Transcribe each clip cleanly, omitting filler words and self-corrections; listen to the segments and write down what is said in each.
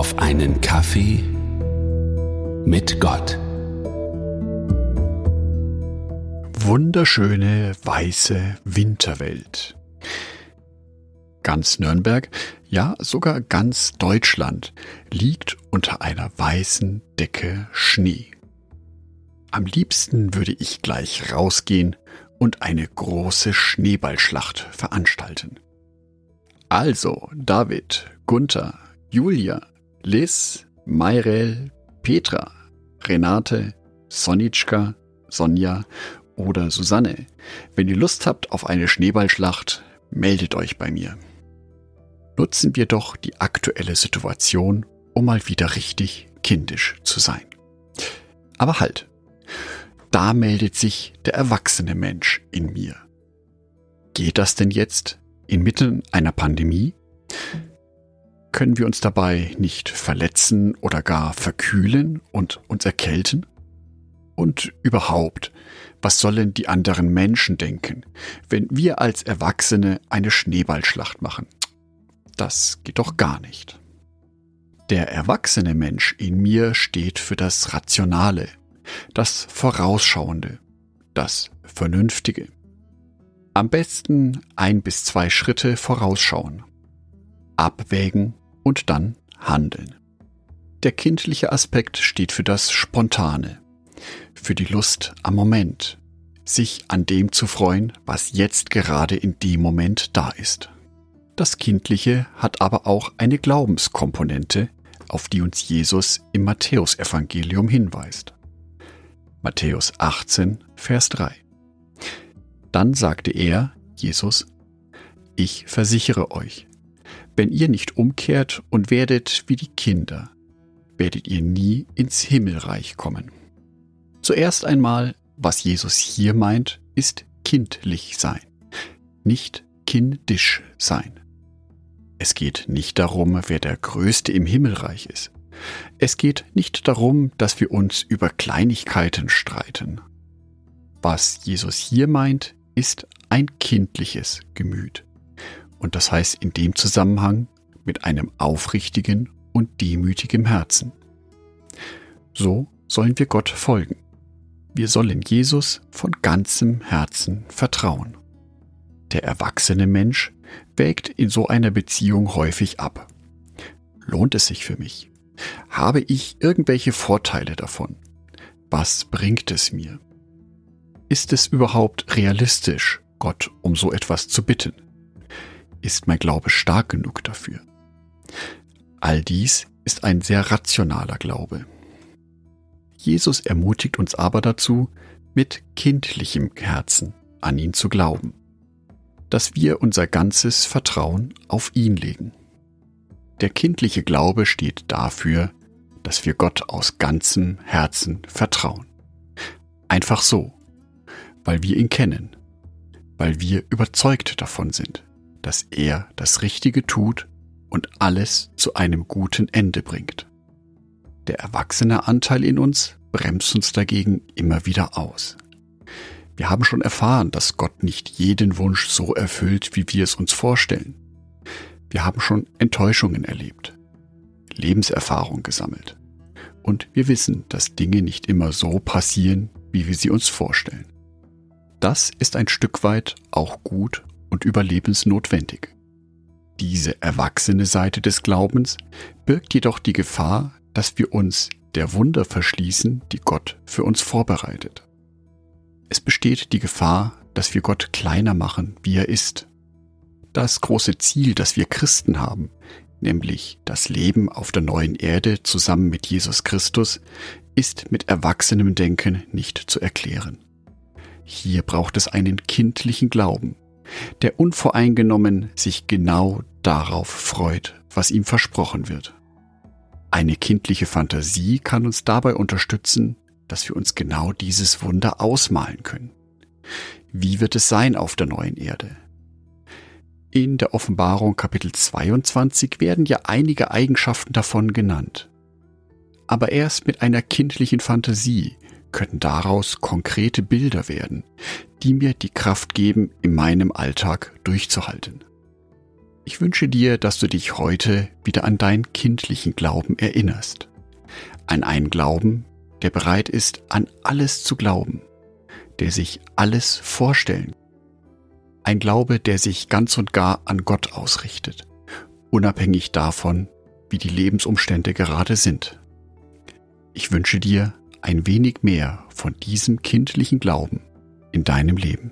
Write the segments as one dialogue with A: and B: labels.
A: Auf einen Kaffee mit Gott.
B: Wunderschöne, weiße Winterwelt. Ganz Nürnberg, ja sogar ganz Deutschland liegt unter einer weißen Decke Schnee. Am liebsten würde ich gleich rausgehen und eine große Schneeballschlacht veranstalten. Also David, Gunther, Julia, Liz, Mayrel, Petra, Renate, Sonitschka, Sonja oder Susanne, wenn ihr Lust habt auf eine Schneeballschlacht, meldet euch bei mir. Nutzen wir doch die aktuelle Situation, um mal wieder richtig kindisch zu sein. Aber halt, da meldet sich der erwachsene Mensch in mir. Geht das denn jetzt inmitten einer Pandemie? Können wir uns dabei nicht verletzen oder gar verkühlen und uns erkälten? Und überhaupt, was sollen die anderen Menschen denken, wenn wir als Erwachsene eine Schneeballschlacht machen? Das geht doch gar nicht. Der erwachsene Mensch in mir steht für das Rationale, das Vorausschauende, das Vernünftige. Am besten 1 bis 2 Schritte vorausschauen, abwägen und dann handeln. Der kindliche Aspekt steht für das Spontane, für die Lust am Moment, sich an dem zu freuen, was jetzt gerade in dem Moment da ist. Das Kindliche hat aber auch eine Glaubenskomponente, auf die uns Jesus im Matthäusevangelium hinweist. Matthäus 18, Vers 3. Dann sagte er, Jesus, ich versichere euch, wenn ihr nicht umkehrt und werdet wie die Kinder, werdet ihr nie ins Himmelreich kommen. Zuerst einmal, was Jesus hier meint, ist kindlich sein, nicht kindisch sein. Es geht nicht darum, wer der Größte im Himmelreich ist. Es geht nicht darum, dass wir uns über Kleinigkeiten streiten. Was Jesus hier meint, ist ein kindliches Gemüt. Und das heißt in dem Zusammenhang mit einem aufrichtigen und demütigen Herzen. So sollen wir Gott folgen. Wir sollen Jesus von ganzem Herzen vertrauen. Der erwachsene Mensch wägt in so einer Beziehung häufig ab. Lohnt es sich für mich? Habe ich irgendwelche Vorteile davon? Was bringt es mir? Ist es überhaupt realistisch, Gott um so etwas zu bitten? Ist mein Glaube stark genug dafür? All dies ist ein sehr rationaler Glaube. Jesus ermutigt uns aber dazu, mit kindlichem Herzen an ihn zu glauben, dass wir unser ganzes Vertrauen auf ihn legen. Der kindliche Glaube steht dafür, dass wir Gott aus ganzem Herzen vertrauen. Einfach so, weil wir ihn kennen, weil wir überzeugt davon sind, dass er das Richtige tut und alles zu einem guten Ende bringt. Der erwachsene Anteil in uns bremst uns dagegen immer wieder aus. Wir haben schon erfahren, dass Gott nicht jeden Wunsch so erfüllt, wie wir es uns vorstellen. Wir haben schon Enttäuschungen erlebt, Lebenserfahrung gesammelt. Und wir wissen, dass Dinge nicht immer so passieren, wie wir sie uns vorstellen. Das ist ein Stück weit auch gut und überlebensnotwendig. Diese erwachsene Seite des Glaubens birgt jedoch die Gefahr, dass wir uns der Wunder verschließen, die Gott für uns vorbereitet. Es besteht die Gefahr, dass wir Gott kleiner machen, wie er ist. Das große Ziel, das wir Christen haben, nämlich das Leben auf der neuen Erde zusammen mit Jesus Christus, ist mit erwachsenem Denken nicht zu erklären. Hier braucht es einen kindlichen Glauben, der unvoreingenommen sich genau darauf freut, was ihm versprochen wird. Eine kindliche Fantasie kann uns dabei unterstützen, dass wir uns genau dieses Wunder ausmalen können. Wie wird es sein auf der neuen Erde? In der Offenbarung Kapitel 22 werden ja einige Eigenschaften davon genannt. Aber erst mit einer kindlichen Fantasie können daraus konkrete Bilder werden, die mir die Kraft geben, in meinem Alltag durchzuhalten. Ich Ich wünsche dir, dass du dich heute wieder an deinen kindlichen Glauben erinnerst. An einen Glauben, der bereit ist, an alles zu glauben, der sich alles vorstellen kann. Ein Glaube, der sich ganz und gar an Gott ausrichtet, unabhängig davon, wie die Lebensumstände gerade sind. Ich wünsche dir ein wenig mehr von diesem kindlichen Glauben in deinem Leben.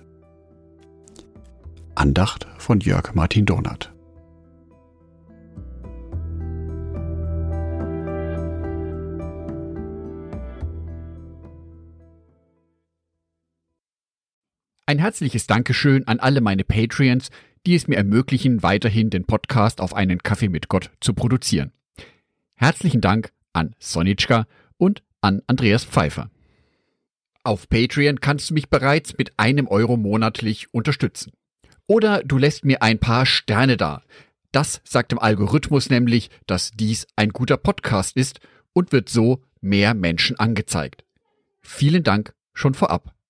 B: Andacht von Jörg Martin Donath.
C: Ein herzliches Dankeschön an alle meine Patreons, die es mir ermöglichen, weiterhin den Podcast auf einen Kaffee mit Gott zu produzieren. Herzlichen Dank an Sonitschka und an Andreas Pfeiffer. Auf Patreon kannst du mich bereits mit €1 monatlich unterstützen. Oder du lässt mir ein paar Sterne da. Das sagt dem Algorithmus nämlich, dass dies ein guter Podcast ist und wird so mehr Menschen angezeigt. Vielen Dank schon vorab.